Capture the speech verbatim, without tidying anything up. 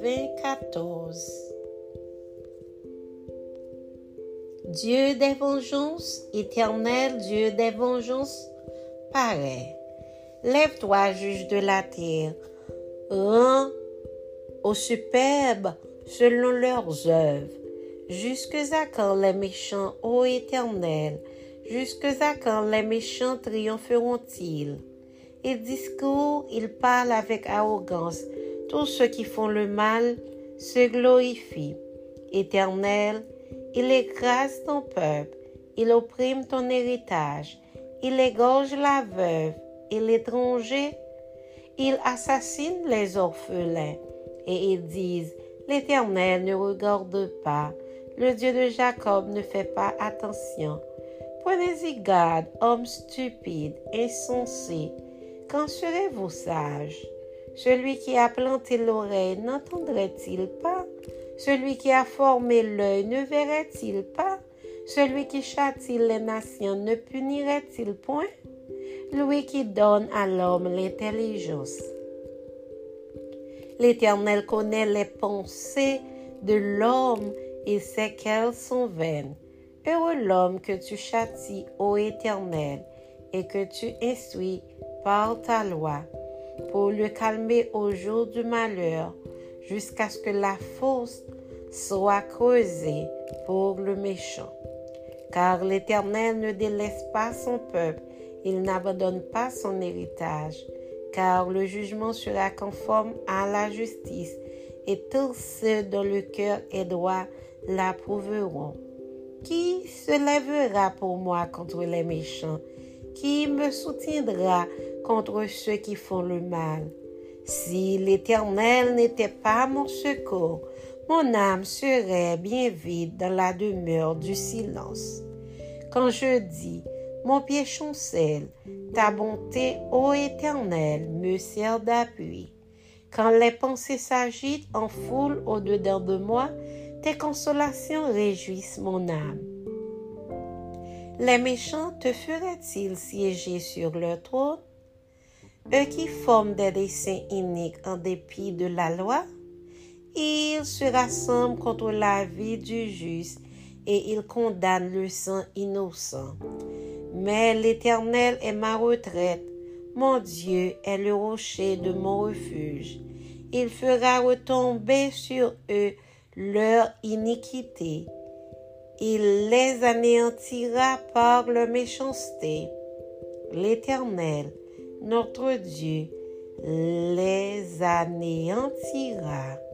quatre-vingt-quatorze. Dieu des vengeances, éternel Dieu des vengeances, paraît. Lève-toi, juge de la terre, rends aux superbes selon leurs œuvres. Jusque à quand les méchants, ô Éternel, jusque à quand les méchants triompheront-ils? Ils discourent, ils parlent avec arrogance. Tous ceux qui font le mal se glorifient. Éternel, il écrase ton peuple, il opprime ton héritage, il égorge la veuve et l'étranger, il assassine les orphelins et ils disent, l'Éternel ne regarde pas, le Dieu de Jacob ne fait pas attention. Prenez-y garde, hommes stupides, insensés, quand serez-vous sages? Celui qui a planté l'oreille n'entendrait-il pas? Celui qui a formé l'œil ne verrait-il pas? Celui qui châtie les nations ne punirait-il point? Lui qui donne à l'homme l'intelligence. L'Éternel connaît les pensées de l'homme et sait qu'elles sont vaines. Heureux l'homme que tu châties, ô Éternel, et que tu instruis par ta loi, pour le calmer au jour du malheur, jusqu'à ce que la fosse soit creusée pour le méchant. Car l'Éternel ne délaisse pas son peuple, il n'abandonne pas son héritage, car le jugement sera conforme à la justice, et tous ceux dont le cœur est droit l'approuveront. Qui se lèvera pour moi contre les méchants? Qui me soutiendra contre ceux qui font le mal? Si l'Éternel n'était pas mon secours, mon âme serait bien vide dans la demeure du silence. Quand je dis, mon pied chancelle, ta bonté, ô Éternel, me sert d'appui. Quand les pensées s'agitent en foule au-dedans de moi, tes consolations réjouissent mon âme. Les méchants te feraient-ils siéger sur leur trône? Eux qui forment des desseins iniques en dépit de la loi? Ils se rassemblent contre la vie du juste et ils condamnent le sang innocent. Mais l'Éternel est ma retraite, mon Dieu est le rocher de mon refuge. Il fera retomber sur eux leur iniquité. Il les anéantira par leur méchanceté. L'Éternel, notre Dieu, les anéantira.